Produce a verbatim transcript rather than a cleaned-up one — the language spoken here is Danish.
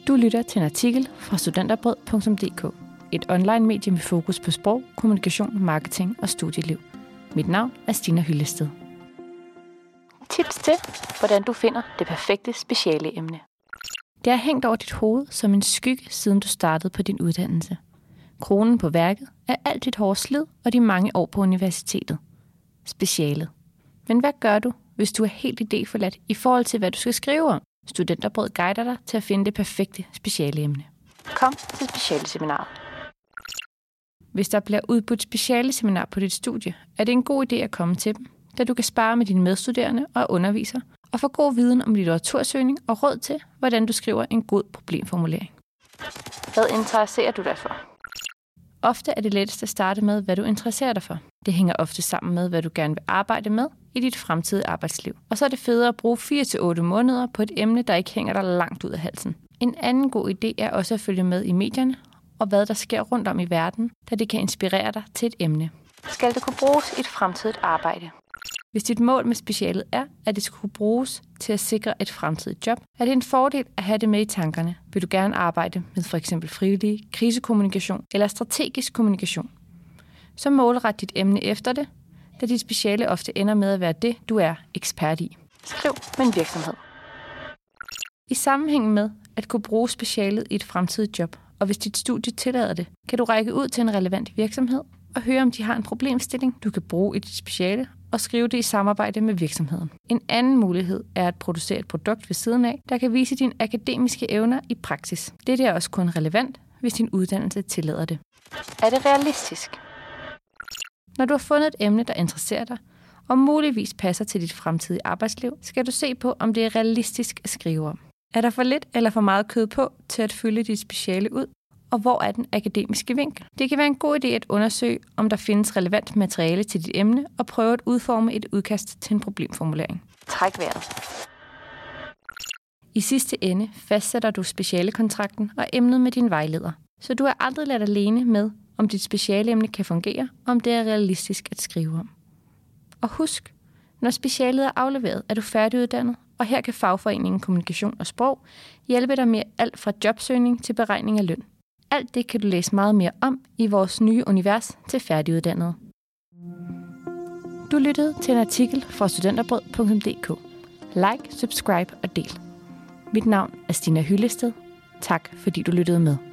Du lytter til en artikel fra studenterbrød punktum d k, et online-medie med fokus på sprog, kommunikation, marketing og studieliv. Mit navn er Stina Hyllested. Tips til, hvordan du finder det perfekte speciale emne. Det har hængt over dit hoved som en skygge, siden du startede på din uddannelse. Kronen på værket er alt dit hårde slid og de mange år på universitetet. Specialet. Men hvad gør du, hvis du er helt idéforladt i forhold til, hvad du skal skrive om? Studenterbrød guider dig til at finde det perfekte speciale emne. Kom til specialeseminaret. Hvis der bliver udbudt specialeseminar på dit studie, er det en god idé at komme til dem, da du kan spare med dine medstuderende og undervisere og få god viden om litteratursøgning og råd til, hvordan du skriver en god problemformulering. Hvad interesserer du dig for? Ofte er det lettest at starte med, hvad du interesserer dig for. Det hænger ofte sammen med, hvad du gerne vil arbejde med i dit fremtidige arbejdsliv. Og så er det federe at bruge fire til otte måneder på et emne, der ikke hænger dig langt ud af halsen. En anden god idé er også at følge med i medierne og hvad der sker rundt om i verden, da det kan inspirere dig til et emne. Skal det kunne bruges i et fremtidigt arbejde? Hvis dit mål med specialet er, at det skal kunne bruges til at sikre et fremtidigt job, er det en fordel at have det med i tankerne. Vil du gerne arbejde med f.eks. frivillige, krisekommunikation eller strategisk kommunikation? Så målret dit emne efter det, da dit speciale ofte ender med at være det, du er ekspert i. Skriv med en virksomhed. I sammenhæng med at kunne bruge specialet i et fremtidigt job, og hvis dit studie tillader det, kan du række ud til en relevant virksomhed og høre, om de har en problemstilling, du kan bruge i dit speciale, og skrive det i samarbejde med virksomheden. En anden mulighed er at producere et produkt ved siden af, der kan vise dine akademiske evner i praksis. Dette er også kun relevant, hvis din uddannelse tillader det. Er det realistisk? Når du har fundet et emne, der interesserer dig, og muligvis passer til dit fremtidige arbejdsliv, skal du se på, om det er realistisk at skrive om. Er der for lidt eller for meget kød på til at fylde dit speciale ud? Og hvor er den akademiske vinkel? Det kan være en god idé at undersøge, om der findes relevant materiale til dit emne, og prøve at udforme et udkast til en problemformulering. Træk vejret. I sidste ende fastsætter du specialekontrakten og emnet med din vejleder, så du er aldrig ladt alene med, om dit specialeemne kan fungere, og om det er realistisk at skrive om. Og husk, når specialet er afleveret, er du færdiguddannet, og her kan fagforeningen Kommunikation og Sprog hjælpe dig med alt fra jobsøgning til beregning af løn. Alt det kan du læse meget mere om i vores nye univers til færdiguddannede. Du lyttede til en artikel fra studenterbrød punktum d k. Like, subscribe og del. Mit navn er Stina Hyllested. Tak fordi du lyttede med.